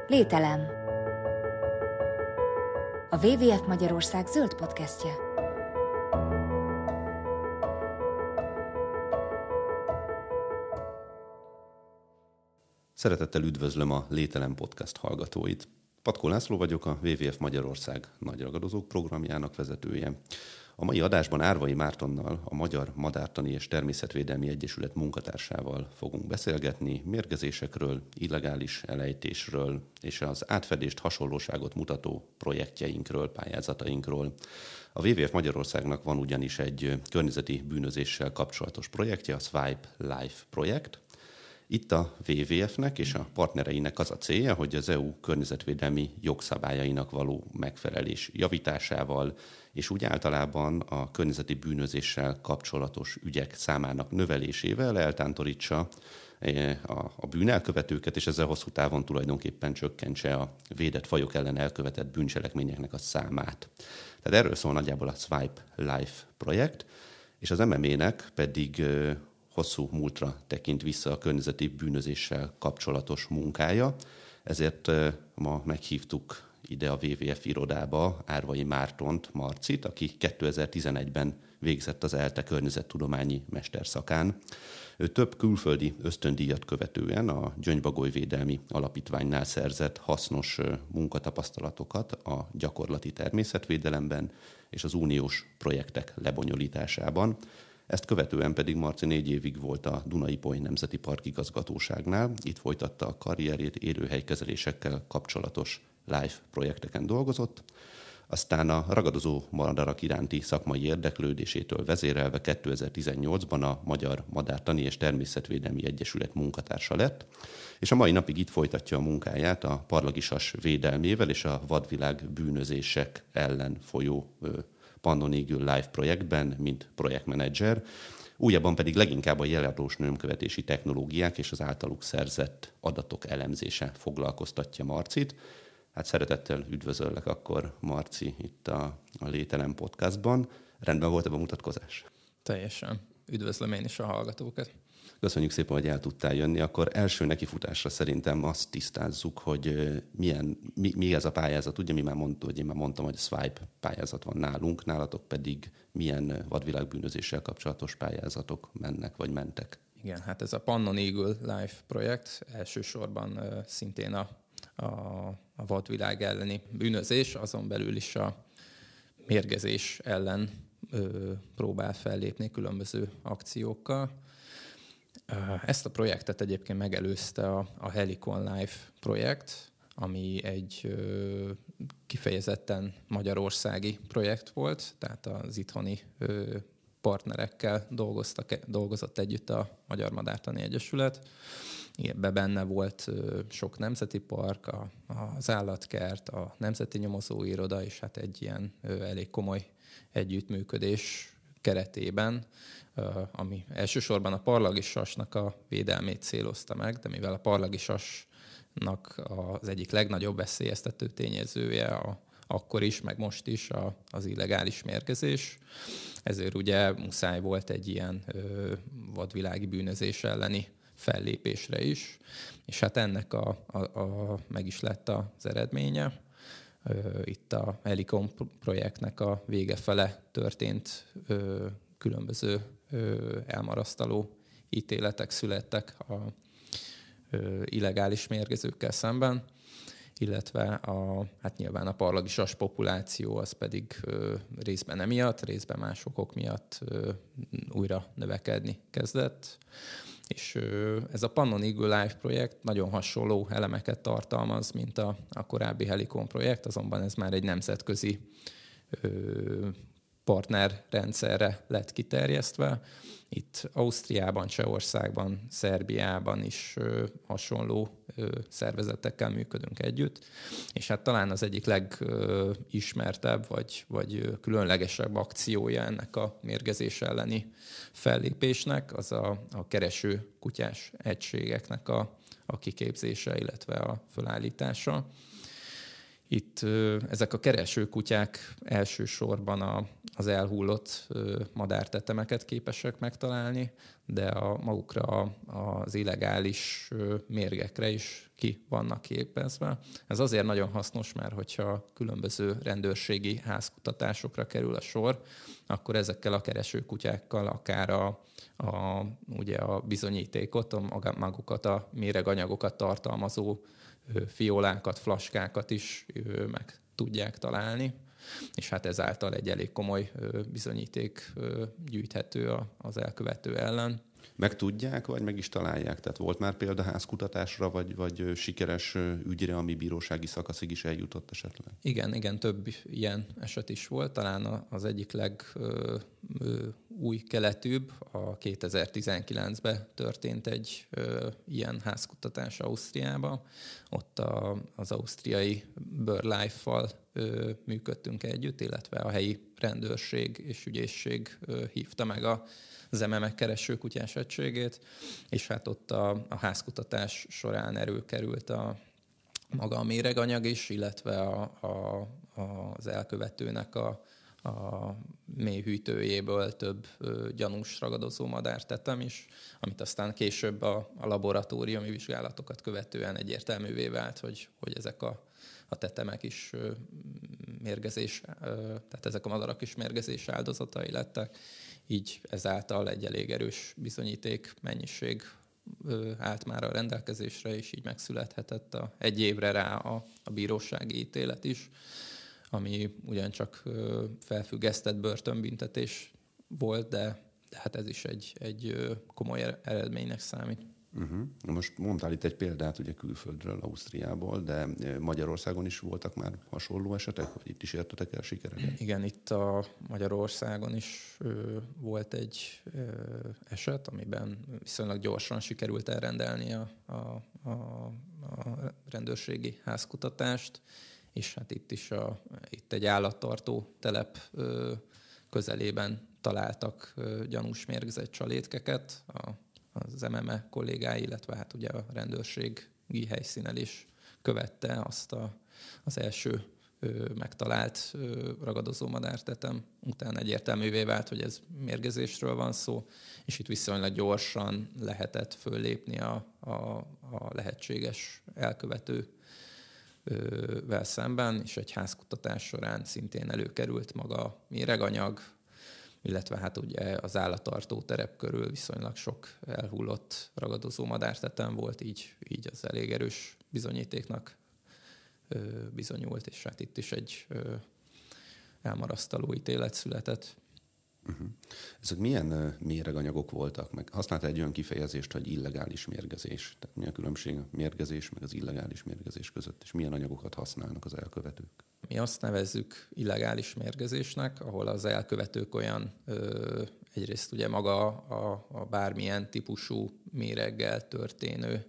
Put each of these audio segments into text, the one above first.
Lételem. A WWF Magyarország zöld podcastje. Szeretettel üdvözlöm a Lételem podcast hallgatóit. Patkó László vagyok, a WWF Magyarország nagyragadozók programjának vezetője. A mai adásban Árvai Mártonnal, a Magyar Madártani és Természetvédelmi Egyesület munkatársával fogunk beszélgetni mérgezésekről, illegális elejtésről és az átfedést, hasonlóságot mutató projektjeinkről, pályázatainkról. A WWF Magyarországnak van ugyanis egy környezeti bűnözéssel kapcsolatos projektje, a Swipe Life projekt. Itt a WWF-nek és a partnereinek az a célja, hogy az EU környezetvédelmi jogszabályainak való megfelelés javításával, és úgy általában a környezeti bűnözéssel kapcsolatos ügyek számának növelésével eltántorítsa a bűnelkövetőket, és ezzel hosszú távon tulajdonképpen csökkentse a védett fajok ellen elkövetett bűncselekményeknek a számát. Tehát erről szól nagyjából a Swipe Life projekt, és az MMA-nek pedig hosszú múltra tekint vissza a környezeti bűnözéssel kapcsolatos munkája. Ezért ma meghívtuk ide a WWF irodába Árvai Mártont, Marcit, aki 2011-ben végzett az ELTE környezettudományi mesterszakán. Ő több külföldi ösztöndíjat követően a Gyöngybagolyvédelmi Alapítványnál szerzett hasznos munkatapasztalatokat a gyakorlati természetvédelemben és az uniós projektek lebonyolításában. Ezt követően pedig Marci 4 évig volt a Duna-Ipoly Nemzeti Park igazgatóságnál. Itt folytatta a karrierjét, élőhelykezelésekkel kapcsolatos live projekteken dolgozott. Aztán a ragadozó madarak iránti szakmai érdeklődésétől vezérelve 2018-ban a Magyar Madártani és Természetvédelmi Egyesület munkatársa lett, és a mai napig itt folytatja a munkáját a parlagisas védelmével és a vadvilág bűnözések ellen folyó Pannon Eagle Live projektben, mint projektmenedzser, újabban pedig leginkább a jelentős nyomkövetési technológiák és az általuk szerzett adatok elemzése foglalkoztatja Marcit. Hát szeretettel üdvözöllek akkor, Marci, itt a Lételem podcastban. Rendben volt a bemutatkozás? Teljesen. Üdvözlöm én is a hallgatókat. Köszönjük szépen, hogy el tudtál jönni. Akkor első nekifutásra szerintem azt tisztázzuk, hogy mi ez a pályázat. Ugye én már mondtam, hogy a Swipe pályázat van nálunk, nálatok pedig milyen vadvilágbűnözéssel kapcsolatos pályázatok mennek vagy mentek. Igen, hát ez a Pannon Eagle Live projekt elsősorban szintén a vadvilág elleni bűnözés, azon belül is a mérgezés ellen próbál fellépni különböző akciókkal. Ezt a projektet egyébként megelőzte a Helicon Life projekt, ami egy kifejezetten magyarországi projekt volt, tehát az itthoni partnerekkel dolgozott együtt a Magyar Madártani Egyesület. Ebben benne volt sok nemzeti park, az állatkert, a Nemzeti Nyomozóiroda, és hát egy ilyen elég komoly együttműködés keretében, ami elsősorban a parlagisasnak a védelmét célozta meg, de mivel a parlagisasnak az egyik legnagyobb veszélyeztető tényezője akkor is, meg most is az illegális mérgezés, ezért ugye muszáj volt egy ilyen vadvilági bűnözés elleni fellépésre is, és hát ennek meg is lett az eredménye. Itt a Helicon projektnek a vége fele történt, különböző elmarasztaló ítéletek születtek a illegális mérgezőkkel szemben, illetve hát nyilván a parlagisas populáció az pedig részben emiatt, részben más okok miatt újra növekedni kezdett. És ez a Pannon Eagle Live projekt nagyon hasonló elemeket tartalmaz, mint a korábbi Helicon projekt, azonban ez már egy nemzetközi partnerrendszerre lett kiterjesztve. Itt Ausztriában, Csehországban, Szerbiában is hasonló szervezetekkel működünk együtt, és hát talán az egyik legismertebb vagy különlegesebb akciója ennek a mérgezés elleni fellépésnek az a kereső kutyás egységeknek a kiképzése, illetve a fölállítása. Itt ezek a keresőkutyák elsősorban az elhullott madártetemeket képesek megtalálni, de magukra az illegális mérgekre is ki vannak képezve. Ez azért nagyon hasznos, mert hogyha különböző rendőrségi házkutatásokra kerül a sor, akkor ezekkel a keresőkutyákkal akár ugye a bizonyítékot, magukat a méreganyagokat tartalmazó fiolákat, flaskákat is meg tudják találni, és hát ezáltal egy elég komoly bizonyíték gyűjthető az elkövető ellen. Meg tudják, vagy meg is találják? Tehát volt már példa házkutatásra, vagy sikeres ügyre, ami bírósági szakaszig is eljutott esetleg? Igen, több ilyen eset is volt. Talán az egyik új keletűbb, a 2019-ben történt egy ilyen házkutatás Ausztriában. Ott az ausztriai BirdLife-val működtünk együtt, illetve a helyi rendőrség és ügyészség hívta meg az MME keresőkutyás egységét, és hát ott a házkutatás során előkerült maga a méreganyag is, illetve az elkövetőnek a mélyhűtőjéből több gyanús ragadozó madártetem is, amit aztán később a laboratóriumi vizsgálatokat követően egyértelművé vált, hogy ezek a tetemek is mérgezés, tehát ezek a madarak is mérgezés áldozatai lettek. Így ezáltal egy elég erős bizonyíték mennyiség állt már a rendelkezésre, és így megszülethetett egy évre rá a bírósági ítélet is, ami ugyancsak felfüggesztett börtönbüntetés volt, de hát ez is egy komoly eredménynek számít. Most mondtál itt egy példát ugye külföldről, Ausztriából, de Magyarországon is voltak már hasonló esetek, vagy itt is értetek el sikereket? Igen, itt a Magyarországon is volt egy eset, amiben viszonylag gyorsan sikerült elrendelni a rendőrségi házkutatást, és hát itt egy állattartó telep közelében találtak gyanús mérgezett csalétkeket, az MME kollégái, illetve hát ugye a rendőrségi helyszínen is követte azt az első megtalált ragadozó madártetem. Utána egyértelművé vált, hogy ez mérgezésről van szó, és itt viszonylag gyorsan lehetett föllépni a lehetséges elkövetővel szemben, és egy házkutatás során szintén előkerült maga a méreganyag, illetve hát ugye az állattartó terep körül viszonylag sok elhullott ragadozó madártetem volt, így az elég erős bizonyítéknak bizonyult, és hát itt is egy elmarasztaló ítélet született. Ezek milyen méreganyagok voltak? Meg használta egy olyan kifejezést, hogy illegális mérgezés. Tehát mi a különbség a mérgezés meg az illegális mérgezés között, és milyen anyagokat használnak az elkövetők? Mi azt nevezzük illegális mérgezésnek, ahol az elkövetők olyan egyrészt ugye maga a bármilyen típusú méreggel történő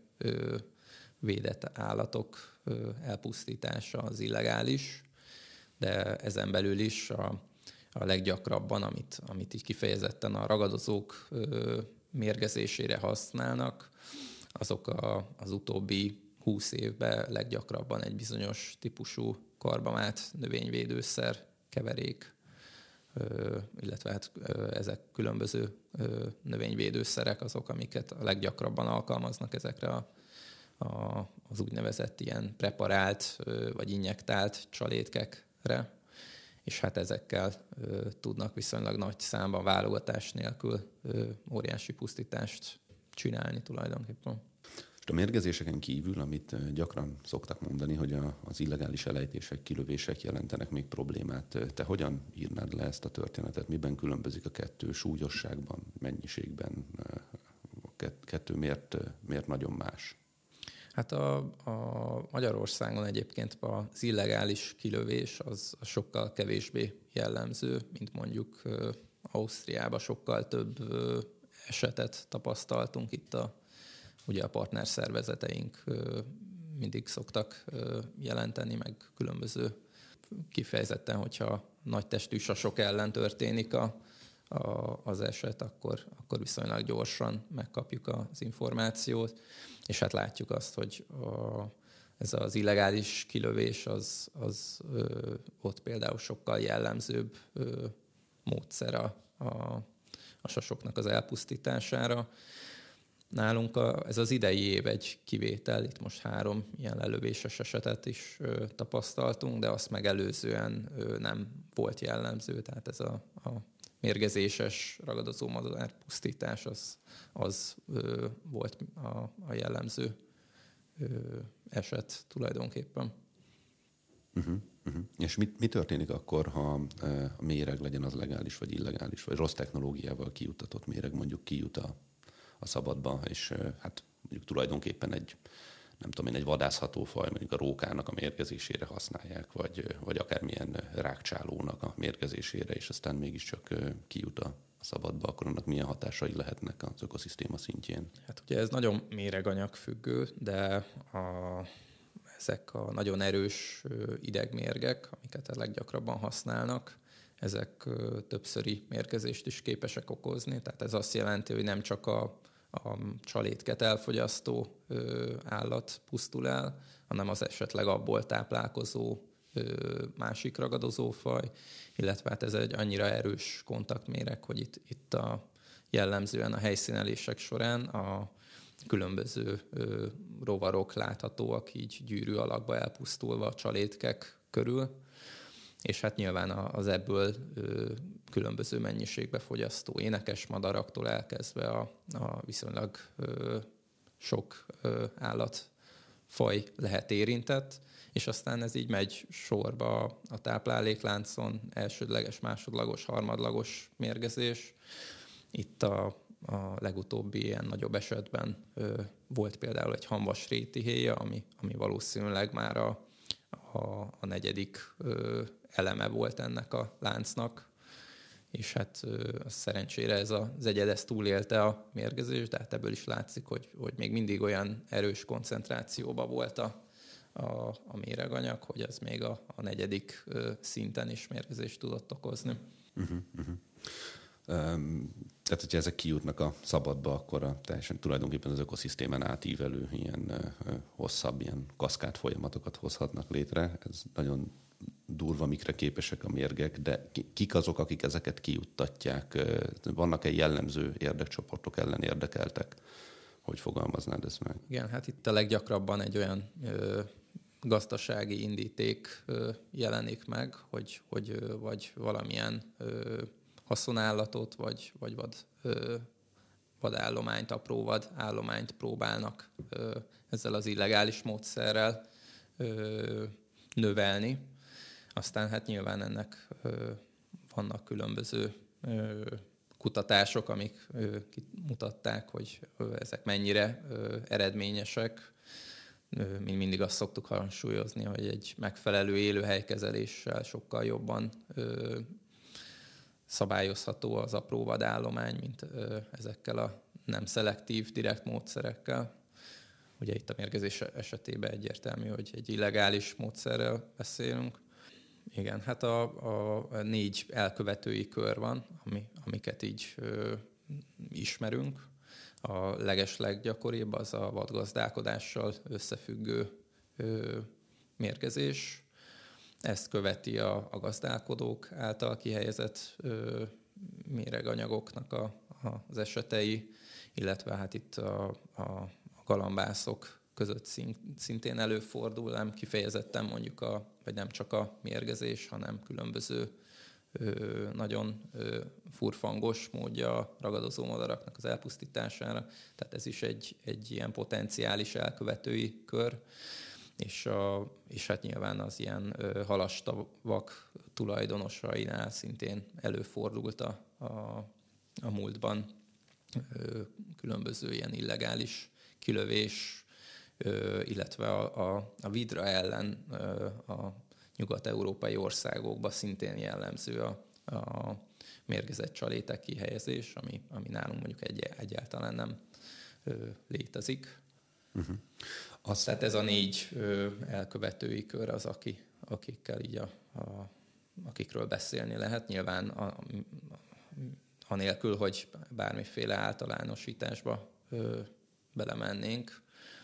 védett állatok elpusztítása az illegális, de ezen belül is a leggyakrabban, amit így kifejezetten a ragadozók mérgezésére használnak, azok az utóbbi 20 évben leggyakrabban egy bizonyos típusú karbamát növényvédőszer keverék, illetve hát ezek különböző növényvédőszerek azok, amiket a leggyakrabban alkalmaznak ezekre az úgynevezett ilyen preparált vagy injektált csalétkekre, és hát ezekkel tudnak viszonylag nagy számban válogatás nélkül óriási pusztítást csinálni tulajdonképpen. A mérgezéseken kívül, amit gyakran szoktak mondani, hogy az illegális elejtések, kilövések jelentenek még problémát. Te hogyan írnád le ezt a történetet? Miben különbözik a kettő súlyosságban, mennyiségben? A kettő miért nagyon más? Hát a Magyarországon egyébként az illegális kilövés az sokkal kevésbé jellemző, mint mondjuk Ausztriában sokkal több esetet tapasztaltunk itt ugye a partnerszervezeteink mindig szoktak jelenteni, meg különböző kifejezetten, hogyha nagy testű sasok ellen történik az eset, akkor viszonylag gyorsan megkapjuk az információt, és hát látjuk azt, hogy ez az illegális kilövés, az ott például sokkal jellemzőbb módszer a sasoknak az elpusztítására. Nálunk ez az idei év egy kivétel, itt most 3 ilyen lelövéses esetet is tapasztaltunk, de azt megelőzően nem volt jellemző, tehát ez a mérgezéses ragadozó madár pusztítás az volt a jellemző eset tulajdonképpen. És mi történik akkor, ha a méreg legyen az legális vagy illegális, vagy rossz technológiával kijuttatott méreg mondjuk kijut a szabadba, és hát mondjuk tulajdonképpen egy vadászható faj, mondjuk a rókának a mérgezésére használják, vagy akármilyen rákcsálónak a mérgezésére, és aztán mégiscsak kijut a szabadba, akkor annak milyen hatásai lehetnek az ökoszisztéma szintjén? Hát ugye ez nagyon méreganyag függő, de ezek a nagyon erős idegmérgek, amiket a leggyakrabban használnak, ezek többszöri mérgezést is képesek okozni. Tehát ez azt jelenti, hogy nem csak a csalétket elfogyasztó állat pusztul el, hanem az esetleg abból táplálkozó másik ragadozófaj, illetve hát ez egy annyira erős kontaktméreg, hogy itt jellemzően a helyszínelések során a különböző rovarok láthatóak így gyűrű alakba elpusztulva a csalétkek körül, és hát nyilván az ebből különböző mennyiségbe fogyasztó énekes madaraktól elkezdve a viszonylag sok állatfaj lehet érintett, és aztán ez így megy sorba a táplálékláncon, elsődleges, másodlagos, harmadlagos mérgezés. Itt a legutóbbi ilyen nagyobb esetben volt például egy hamvas rétihéja, ami valószínűleg már a 4. eleme volt ennek a láncnak, és hát szerencsére ez az egyed ezt túlélte a mérgezést, de hát ebből is látszik, hogy még mindig olyan erős koncentrációban volt a méreganyag, hogy ez még a 4. szinten is mérgezést tudott okozni. Tehát, hogyha ezek kijutnak a szabadba, akkor teljesen tulajdonképpen az ökoszisztémán átívelő ilyen hosszabb, ilyen kaszkád folyamatokat hozhatnak létre. Ez nagyon durva, mikre képesek a mérgek, de kik azok, akik ezeket kijuttatják? Vannak-e jellemző érdekcsoportok ellen érdekeltek? Hogy fogalmaznád ezt meg? Igen, hát itt a leggyakrabban egy olyan gazdasági indíték jelenik meg, hogy vagy valamilyen haszonállatot, vagy vadállományt, apró vadállományt próbálnak ezzel az illegális módszerrel növelni. Aztán hát nyilván ennek vannak különböző kutatások, amik mutatták, hogy ezek mennyire eredményesek. Mi mindig azt szoktuk hangsúlyozni, hogy egy megfelelő élőhelykezeléssel sokkal jobban szabályozható az apró vadállomány, mint ezekkel a nem szelektív, direkt módszerekkel. Ugye itt a mérgezés esetében egyértelmű, hogy egy illegális módszerrel beszélünk. Igen, hát a 4 elkövetői kör van, amiket így ismerünk. A legesleggyakoribb az a vadgazdálkodással összefüggő mérgezés. Ezt követi a gazdálkodók által kihelyezett méreganyagoknak az esetei, illetve hát itt a galambászok között szintén előfordul, nem kifejezetten mondjuk vagy nem csak a mérgezés, hanem különböző nagyon furfangos módja a ragadozó madaraknak az elpusztítására. Tehát ez is egy ilyen potenciális elkövetői kör. És hát nyilván az ilyen halastavak tulajdonosainál szintén előfordult a múltban különböző ilyen illegális kilövés, illetve a vidra ellen a nyugat-európai országokban szintén jellemző a mérgezett csalétek kihelyezés, ami nálunk mondjuk egyáltalán nem létezik. Uh-huh. Tehát ez a 4 elkövetői kör az, akikkel így akikről beszélni lehet. Nyilván anélkül, hogy bármiféle általánosításba belemennénk.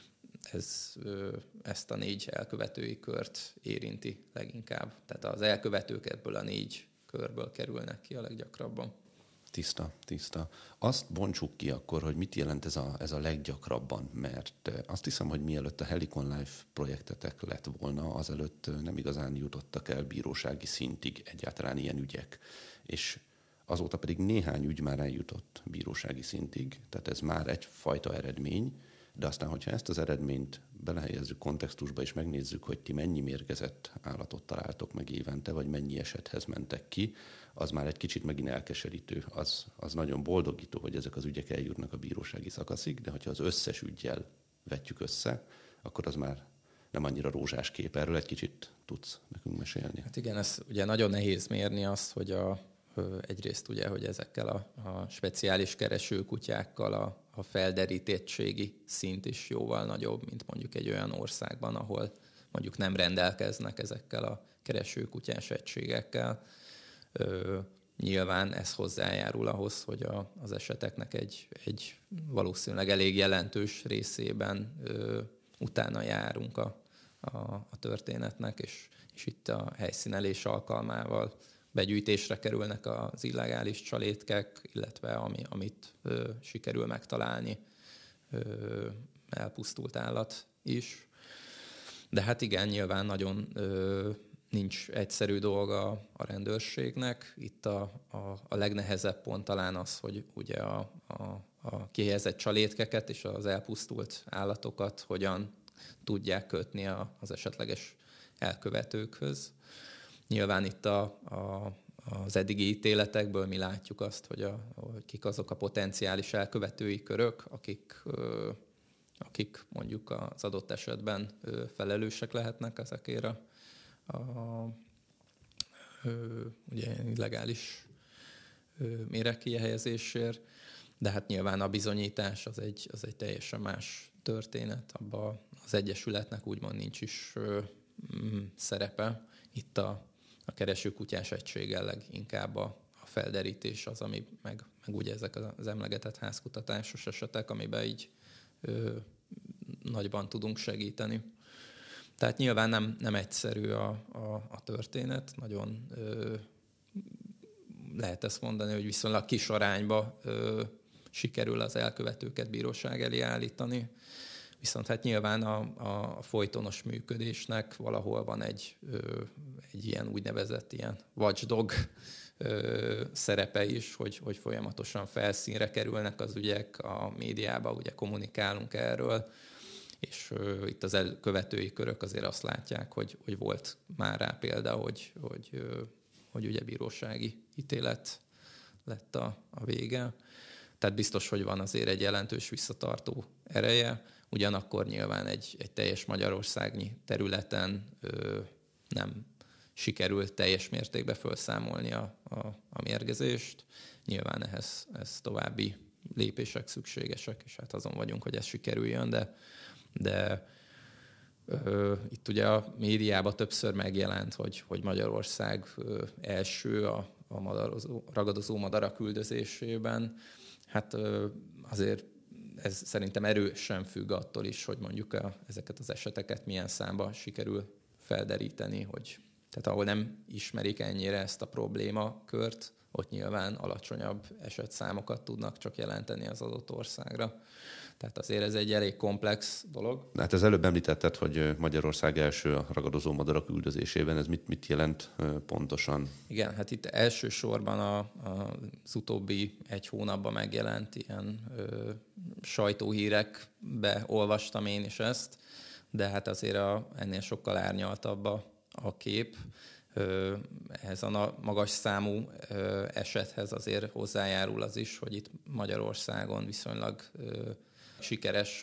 ezt a 4 elkövetői kört érinti leginkább. Tehát az elkövetők ebből a 4 körből kerülnek ki a leggyakrabban. Tiszta. Azt bontsuk ki akkor, hogy mit jelent ez a leggyakrabban, mert azt hiszem, hogy mielőtt a Helicon Life projektetek lett volna, azelőtt nem igazán jutottak el bírósági szintig egyáltalán ilyen ügyek. És azóta pedig néhány ügy már eljutott bírósági szintig, tehát ez már egyfajta eredmény, de aztán, hogyha ezt az eredményt belehelyezzük kontextusba, és megnézzük, hogy ti mennyi mérgezett állatot találtok meg évente, vagy mennyi esethez mentek ki, az már egy kicsit megint elkeserítő. Az nagyon boldogító, hogy ezek az ügyek eljutnak a bírósági szakaszig, de hogyha az összes üggyel vetjük össze, akkor az már nem annyira rózsás kép. Erről egy kicsit tudsz nekünk mesélni. Hát igen, ez ugye nagyon nehéz mérni azt, hogy egyrészt ugye, hogy ezekkel a speciális keresőkutyákkal a felderítettségi szint is jóval nagyobb, mint mondjuk egy olyan országban, ahol mondjuk nem rendelkeznek ezekkel a keresőkutyás egységekkel. Nyilván ez hozzájárul ahhoz, hogy az eseteknek egy valószínűleg elég jelentős részében utána járunk a történetnek, és itt a helyszínelés alkalmával begyűjtésre kerülnek az illegális csalétkek, illetve amit sikerül megtalálni, elpusztult állat is. De hát igen, nyilván nagyon nincs egyszerű dolga a rendőrségnek. Itt a legnehezebb pont talán az, hogy ugye a kihelyezett csalétkeket és az elpusztult állatokat hogyan tudják kötni az esetleges elkövetőkhöz. Nyilván itt az eddigi ítéletekből mi látjuk azt, hogy kik azok a potenciális elkövetői körök, akik mondjuk az adott esetben felelősek lehetnek ezekért ugye illegális méregkihelyezésért, de hát nyilván a bizonyítás az egy teljesen más történet. Abban az egyesületnek úgymond nincs is szerepe. Itt a keresőkutyás egységgel leginkább a felderítés az, ami meg ugye ezek az emlegetett házkutatásos esetek, amiben így nagyban tudunk segíteni. Tehát nyilván nem egyszerű a történet, nagyon lehet ezt mondani, hogy viszonylag kis arányba sikerül az elkövetőket bíróság elé állítani, viszont hát nyilván a folytonos működésnek valahol van egy ilyen úgynevezett ilyen watchdog szerepe is, hogy folyamatosan felszínre kerülnek az ügyek, a médiába ugye kommunikálunk erről, és itt az elkövetői körök azért azt látják, hogy volt már rá példa, hogy ugye bírósági ítélet lett a vége. Tehát biztos, hogy van azért egy jelentős visszatartó ereje, ugyanakkor nyilván egy teljes magyarországnyi területen nem sikerült teljes mértékben felszámolni a mérgezést. Nyilván ehhez további lépések szükségesek, és hát azon vagyunk, hogy ez sikerüljön, de itt ugye a médiában többször megjelent, hogy Magyarország első a ragadozó madarak üldözésében. Hát azért ez szerintem erősen függ attól is, hogy mondjuk ezeket az eseteket milyen számba sikerül felderíteni, tehát ahol nem ismerik ennyire ezt a problémakört, ott nyilván alacsonyabb esetszámokat tudnak csak jelenteni az adott országra. Tehát azért ez egy elég komplex dolog. Hát az előbb említetted, hogy Magyarország első a ragadozó madarak üldözésében. Ez mit jelent pontosan? Igen, hát itt elsősorban az utóbbi 1 hónapban megjelent ilyen sajtóhírekbe olvastam én is ezt, de hát azért ennél sokkal árnyaltabb a kép. Ehhez a magas számú esethez azért hozzájárul az is, hogy itt Magyarországon viszonylag sikeres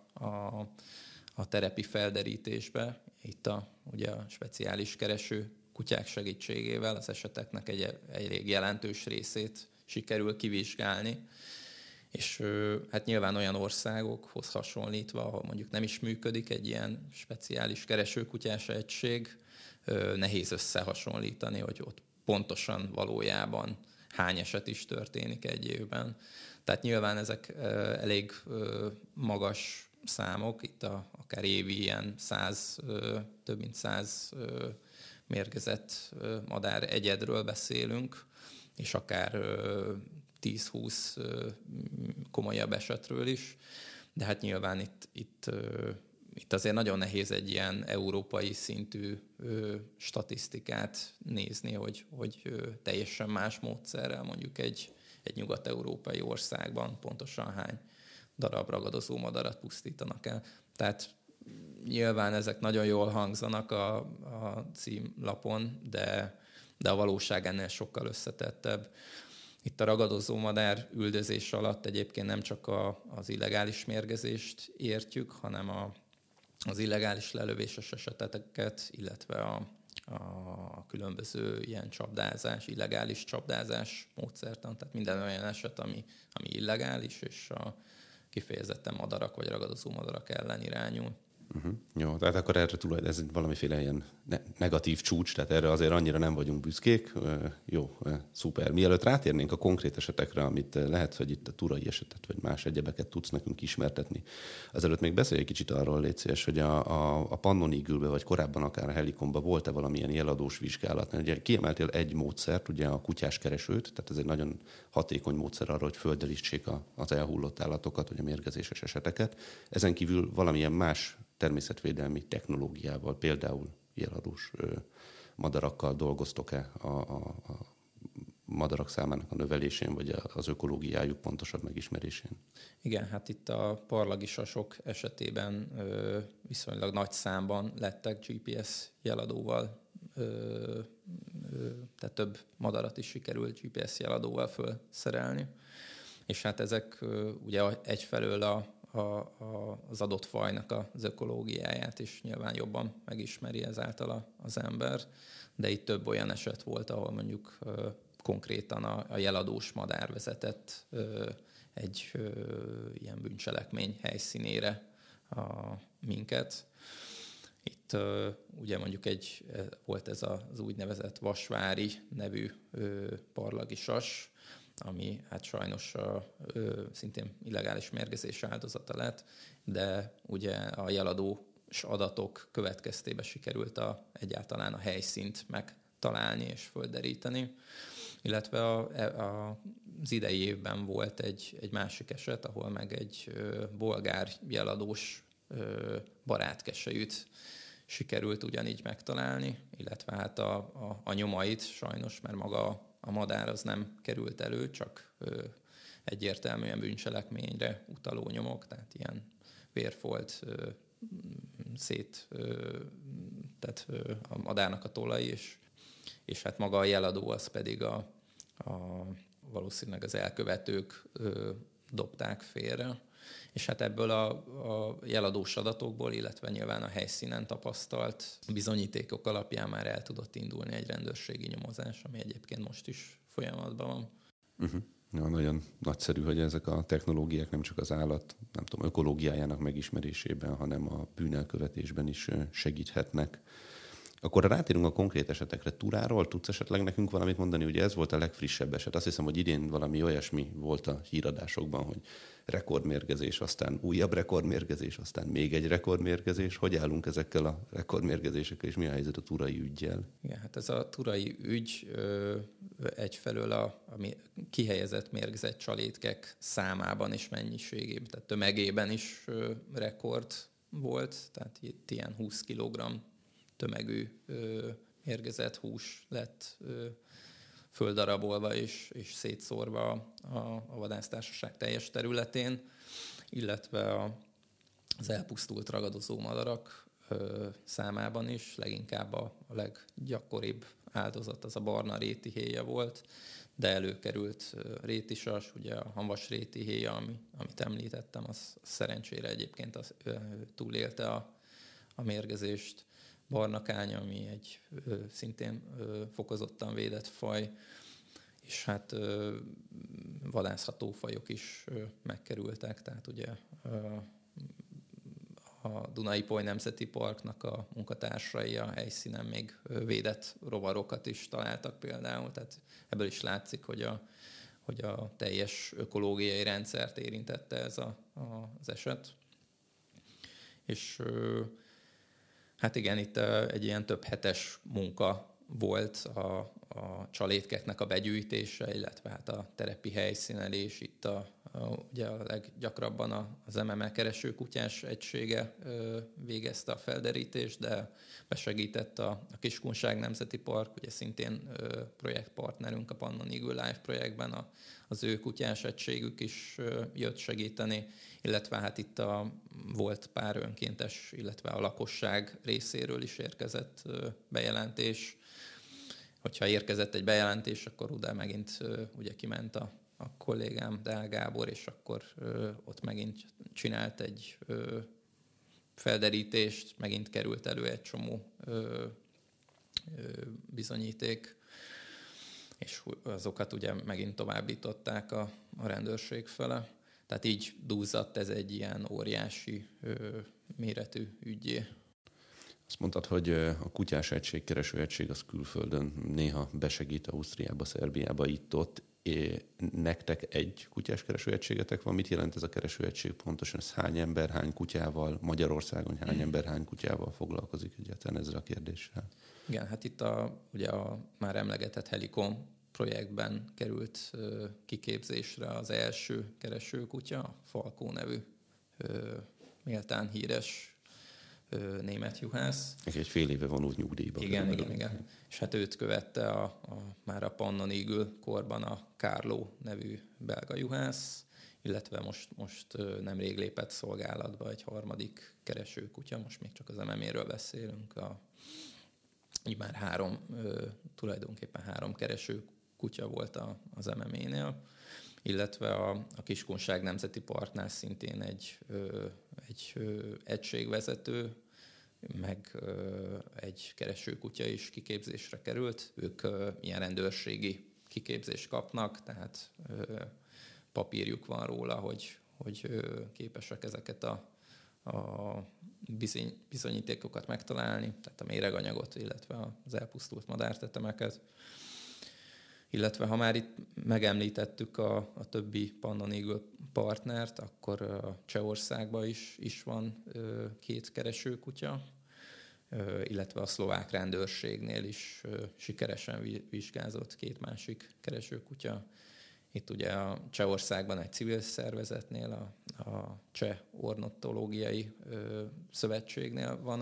a terepi felderítésbe. Itt ugye a speciális kereső kutyák segítségével az eseteknek egy elég jelentős részét sikerül kivizsgálni. És hát nyilván olyan országokhoz hasonlítva, ahol mondjuk nem is működik egy ilyen speciális keresőkutyás egység, nehéz összehasonlítani, hogy ott pontosan valójában hány eset is történik egy évben. Tehát nyilván ezek elég magas számok, itt akár évi ilyen több mint 100 mérgezett madár egyedről beszélünk, és akár 10-20 komolyabb esetről is. De hát nyilván itt azért nagyon nehéz egy ilyen európai szintű statisztikát nézni, hogy teljesen más módszerrel mondjuk egy nyugat-európai országban pontosan hány darab ragadozó madarat pusztítanak el. Tehát nyilván ezek nagyon jól hangzanak a címlapon, de a valóság ennél sokkal összetettebb. Itt a ragadozó madár üldözés alatt egyébként nem csak az illegális mérgezést értjük, hanem az illegális lelövéses eseteket, illetve a különböző ilyen csapdázás, illegális csapdázás módszertan, tehát minden olyan eset, ami illegális, és kifejezetten madarak vagy ragadozó madarak ellen irányul. Jó, tehát akkor erre ez valamiféle ilyen negatív csúcs, tehát erre azért annyira nem vagyunk büszkék. Jó, szuper. Mielőtt rátérnénk a konkrét esetekre, amit lehet, hogy itt a turai esetet, vagy más egyebeket tudsz nekünk ismertetni. Azelőtt még beszélj egy kicsit arról, légy szíves, hogy a Pannon Eagle-be, vagy korábban akár a Heliconba volt-e valamilyen jeladós vizsgálat? Ugye kiemeltél egy módszert, ugye a kutyás keresőt, tehát ez egy nagyon hatékony módszer arra, hogy földelítsék az elhullott állatokat, vagy a mérgezéses eseteket. Ezen kívül valamilyen más természetvédelmi technológiával, például jeladós madarakkal dolgoztok-e a madarak számának a növelésén, vagy az ökológiájuk pontosabb megismerésén? Igen, hát itt a parlagisasok esetében viszonylag nagy számban lettek GPS jeladóval, tehát több madarat is sikerült GPS jeladóval felszerelni. És hát ezek ugye egyfelől az adott fajnak az ökológiáját is nyilván jobban megismeri ezáltal az ember, de itt több olyan eset volt, ahol mondjuk konkrétan a jeladós madár vezetett egy ilyen bűncselekmény helyszínére minket. Itt ugye mondjuk volt ez az úgynevezett Vasvári nevű parlagisas, ami hát sajnos szintén illegális mérgezés áldozata lett, de ugye a jeladós adatok következtében sikerült egyáltalán a helyszínt megtalálni és földeríteni. Illetve az idei évben volt egy másik eset, ahol meg egy bolgár jeladós barátkeselyűt sikerült ugyanígy megtalálni, illetve hát a nyomait sajnos, mert maga a madár az nem került elő, csak egyértelműen bűncselekményre utaló nyomok, tehát ilyen vérfolt, tehát a madárnak a tollai, és hát maga a jeladó az pedig valószínűleg az elkövetők dobták félre. És hát ebből a jeladós adatokból, illetve nyilván a helyszínen tapasztalt bizonyítékok alapján már el tudott indulni egy rendőrségi nyomozás, ami egyébként most is folyamatban van. Ja, nagyon nagyszerű, hogy ezek a technológiák nem csak az állat, nem tudom, ökológiájának megismerésében, hanem a bűnelkövetésben is segíthetnek. Akkor rátérünk a konkrét esetekre. Turáról tudsz esetleg nekünk valamit mondani? Ugye ez volt a legfrissebb eset. Azt hiszem, hogy idén valami olyasmi volt a híradásokban, hogy rekordmérgezés, aztán újabb rekordmérgezés, aztán még egy rekordmérgezés. Hogy állunk ezekkel a rekordmérgezésekkel, és mi a helyzet a turai üggyel? Igen, hát ez a turai ügy egyfelől a kihelyezett mérgezett csalétkek számában és mennyiségében, tehát tömegében is rekord volt, tehát itt ilyen 20 kg tömegű mérgezett hús lett földarabolva és szétszórva a vadásztársaság teljes területén, illetve az elpusztult ragadozó madarak számában is, leginkább a leggyakoribb áldozat az a barna rétihéja volt, de előkerült rétisas, ugye a hamvas rétihéja, amit említettem, az szerencsére egyébként túlélte a mérgezést. Barnakány, ami egy szintén fokozottan védett faj, és hát vadászható fajok is megkerültek, tehát ugye a Duna-Ipoly Nemzeti Parknak a munkatársai a helyszínen még védett rovarokat is találtak például, tehát ebből is látszik, hogy a teljes ökológiai rendszert érintette ez az eset. És hát igen, itt egy ilyen több hetes munka volt a csalétkeknek a begyűjtése, illetve hát a terepi helyszínelés. Itt ugye a leggyakrabban az MML keresőkutyás egysége végezte a felderítést, de besegített a Kiskunság Nemzeti Park, ugye szintén projektpartnerünk a Pannon Eagle Life projektben, az ő kutyás egységük is jött segíteni, illetve hát itt volt pár önkéntes, illetve a lakosság részéről is érkezett bejelentés. Hogyha érkezett egy bejelentés, akkor oda megint ugye kiment a kollégám, Deál Gábor, és akkor ott megint csinált egy felderítést, megint került elő egy csomó bizonyíték, és azokat ugye megint továbbították a rendőrség fele. Tehát így dúzzadt ez egy ilyen óriási méretű üggyé. Azt mondtad, hogy a kutyás egység, kereső egység az külföldön néha besegít Ausztriába, Szerbiába, itt-ott. Nektek egy kutyás keresőegységetek van? Mit jelent ez a keresőegység pontosan? Ez hány ember, hány kutyával? Magyarországon hány ember, hány kutyával foglalkozik egyáltalán ezzel a kérdéssel? Igen, hát itt ugye a már emlegetett Helicom projektben került kiképzésre az első keresőkutya, a Falkó nevű méltán híres német juhász. Egy fél éve vonult nyugdíjba. Igen. És hát őt követte már a Pannon Eagle korban a Carlo nevű belga juhász, illetve most nemrég lépett szolgálatba egy harmadik keresőkutya, most még csak az MMA-ről beszélünk. Így már tulajdonképpen három keresőkutya volt az MMA-nél, illetve a Kiskunság Nemzeti Parknál szintén egy egységvezető, meg egy keresőkutya is kiképzésre került. Ők ilyen rendőrségi kiképzést kapnak, tehát papírjuk van róla, hogy képesek ezeket a bizonyítékokat megtalálni, tehát a méreganyagot, illetve az elpusztult madártetemeket. Illetve ha már itt megemlítettük a többi Pannon Eagle partnert, akkor Csehországban is van két keresőkutya, illetve a szlovák rendőrségnél is sikeresen vizsgázott két másik keresőkutya. Itt ugye a Csehországban egy civil szervezetnél, a Cseh Ornitológiai Szövetségnél van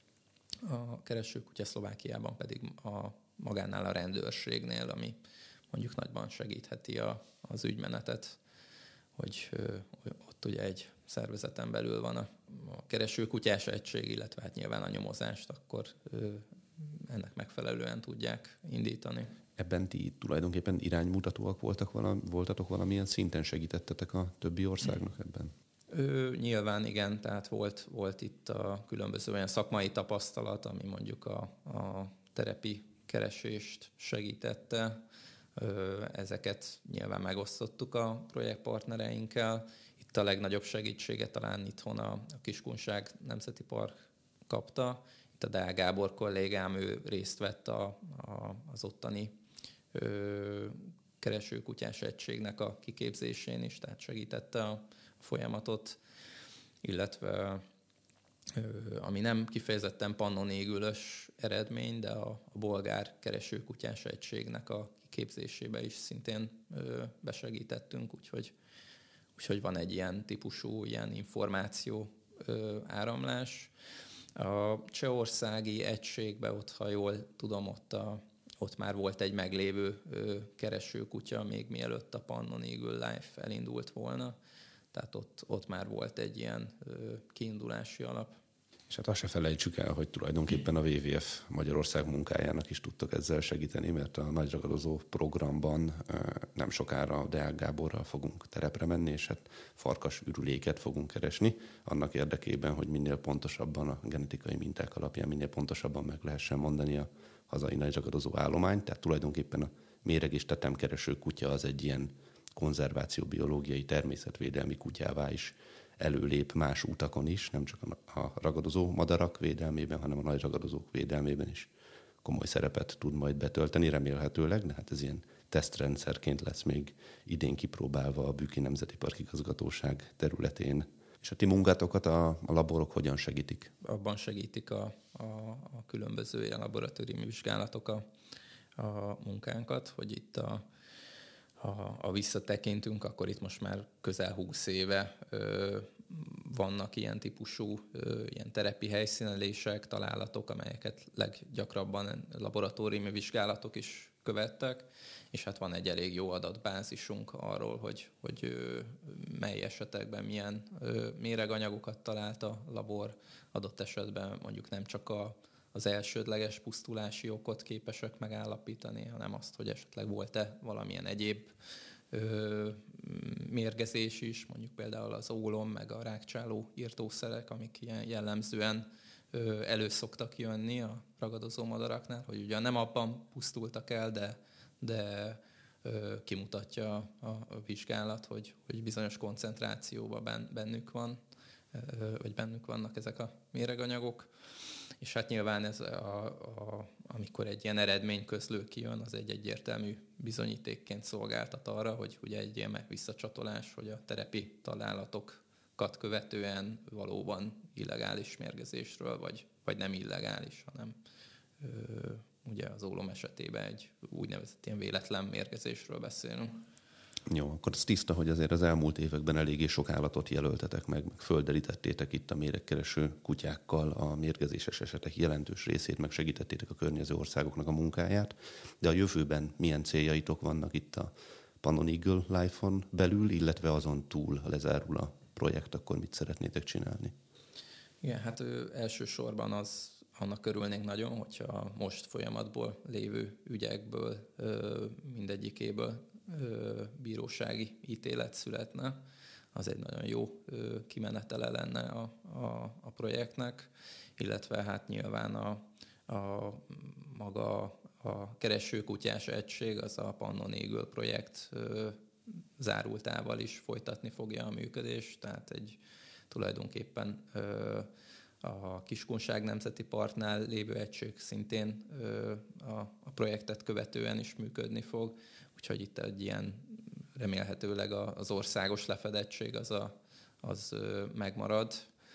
a keresőkutya, Szlovákiában pedig magánál a rendőrségnél, ami mondjuk nagyban segítheti az ügymenetet, hogy ott ugye egy szervezeten belül van a keresőkutyás egység, illetve hát nyilván a nyomozást akkor ennek megfelelően tudják indítani. Ebben ti tulajdonképpen iránymutatóak voltatok valamilyen szinten, segítettetek a többi országnak ebben? Nyilván igen, tehát volt itt a különböző olyan szakmai tapasztalat, ami mondjuk a terepi keresést segítette. Ezeket nyilván megosztottuk a projektpartnereinkkel. Itt a legnagyobb segítséget talán itthon a Kiskunság Nemzeti Park kapta. Itt a Deál Gábor kollégám, ő részt vett az ottani keresőkutyás egységnek a kiképzésén is, tehát segítette a folyamatot, illetve ami nem kifejezetten Pannon Eagle-ös eredmény, de a bolgár keresőkutyás egységnek a kiképzésébe is szintén besegítettünk, úgyhogy van egy ilyen típusú ilyen információ áramlás. A csehországi egységben ott, ha jól tudom, ott már volt egy meglévő keresőkutya, még mielőtt a Pannon Eagle Life elindult volna. Tehát ott már volt egy ilyen kiindulási alap. És hát azt se felejtsük el, hogy tulajdonképpen a WWF Magyarország munkájának is tudtak ezzel segíteni, mert a nagy ragadozó programban nem sokára Deál Gáborral fogunk terepre menni, és hát farkas ürüléket fogunk keresni, annak érdekében, hogy minél pontosabban a genetikai minták alapján, minél pontosabban meg lehessen mondani a hazai nagy ragadozó állományt. Tehát tulajdonképpen a méreg és tetemkereső kutya az egy ilyen konzervációbiológiai, természetvédelmi kutyává is előlép más utakon is, nem csak a ragadozó madarak védelmében, hanem a nagy ragadozók védelmében is komoly szerepet tud majd betölteni, remélhetőleg, de hát ez ilyen tesztrendszerként lesz még idén kipróbálva a Bükki Nemzeti Park Igazgatóság területén. És a ti munkátokat a laborok hogyan segítik? Abban segítik a különböző ilyen laboratóriumi vizsgálatok a munkánkat, hogy itt ha visszatekintünk, akkor itt most már közel 20 éve vannak ilyen típusú ilyen terepi helyszínelések, találatok, amelyeket leggyakrabban laboratóriumi vizsgálatok is követtek, és hát van egy elég jó adatbázisunk arról, hogy mely esetekben milyen méreganyagokat talált a labor, adott esetben mondjuk nem csak az elsődleges pusztulási okot képesek megállapítani, hanem azt, hogy esetleg volt-e valamilyen egyéb mérgezés is, mondjuk például az ólom, meg a rákcsáló írtószerek, amik ilyen jellemzően elő szoktak jönni a ragadozó madaraknál, hogy ugyan nem abban pusztultak el, de kimutatja a vizsgálat, hogy bizonyos koncentrációban bennük vannak ezek a méreganyagok. És hát nyilván ez amikor egy ilyen eredményközlő kijön, az egy egyértelmű bizonyítékként szolgáltat arra, hogy ugye egy ilyen visszacsatolás, hogy a terepi találatokat követően valóban illegális mérgezésről, vagy nem illegális, hanem ugye az ólom esetében egy úgynevezett ilyen véletlen mérgezésről beszélünk. Jó, akkor az tiszta, hogy azért az elmúlt években eléggé sok állatot jelöltetek meg földerítettétek itt a méregkereső kutyákkal a mérgezéses esetek jelentős részét, meg segítettétek a környező országoknak a munkáját. De a jövőben milyen céljaitok vannak itt a Pannon Eagle Life-on belül, illetve azon túl, ha lezárul a projekt, akkor mit szeretnétek csinálni? Igen, hát elsősorban annak örülnénk nagyon, hogyha most folyamatból lévő ügyekből mindegyikéből bírósági ítélet születne. Az egy nagyon jó kimenetele lenne a projektnek, illetve hát nyilván maga a keresőkutyás egység, az a Pannon Eagle projekt zárultával is folytatni fogja a működést, tehát tulajdonképpen a Kiskunság Nemzeti Parknál lévő egység szintén a projektet követően is működni fog, úgyhogy itt egy ilyen remélhetőleg az országos lefedettség az megmarad.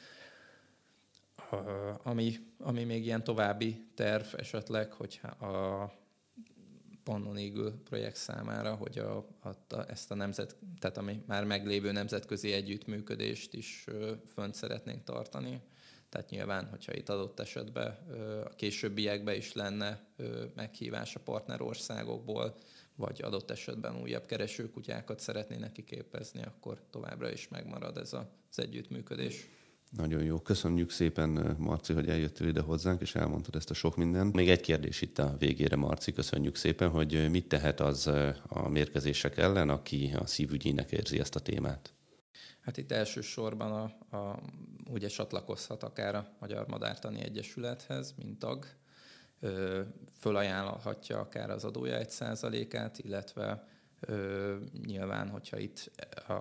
Ami még ilyen további terv esetleg, hogy a Pannon Eagle projekt számára, hogy ezt tehát ami már meglévő nemzetközi együttműködést is fönt szeretnénk tartani. Tehát nyilván, hogyha itt adott esetben a későbbiekben is lenne meghívás a partnerországokból, vagy adott esetben újabb keresőkutyákat szeretnének kiképezni, akkor továbbra is megmarad ez az együttműködés. Nagyon jó. Köszönjük szépen, Marci, hogy eljöttél ide hozzánk, és elmondtad ezt a sok mindent. Még egy kérdés itt a végére, Marci, köszönjük szépen, hogy mit tehet az a mérgezések ellen, aki a szívügyének érzi ezt a témát? Hát itt elsősorban ugye csatlakozhat akár a Magyar Madártani Egyesülethez, mint tag, fölajánlhatja akár az adója 1%-át, illetve nyilván, hogyha itt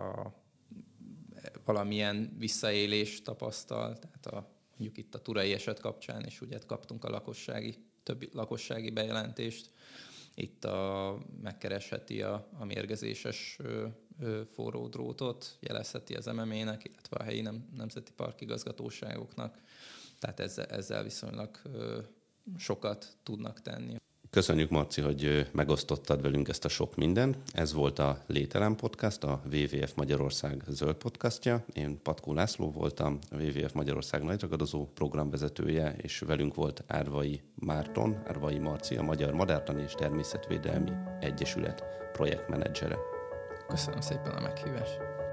valamilyen visszaélést tapasztal, tehát mondjuk itt a turai eset kapcsán is ugye kaptunk többi lakossági bejelentést, itt megkeresheti a mérgezéses forró drótot, jelezheti az MMA-nek, illetve a helyi nemzeti parkigazgatóságoknak, tehát ezzel viszonylag sokat tudnak tenni. Köszönjük, Marci, hogy megosztottad velünk ezt a sok mindent. Ez volt a Lételem Podcast, a WWF Magyarország zöld podcastja. Én Patkó László voltam, a WWF Magyarország nagyragadozó programvezetője, és velünk volt Árvai Marci, a Magyar Madártani és Természetvédelmi Egyesület projektmenedzsere. Köszönöm szépen a meghívást.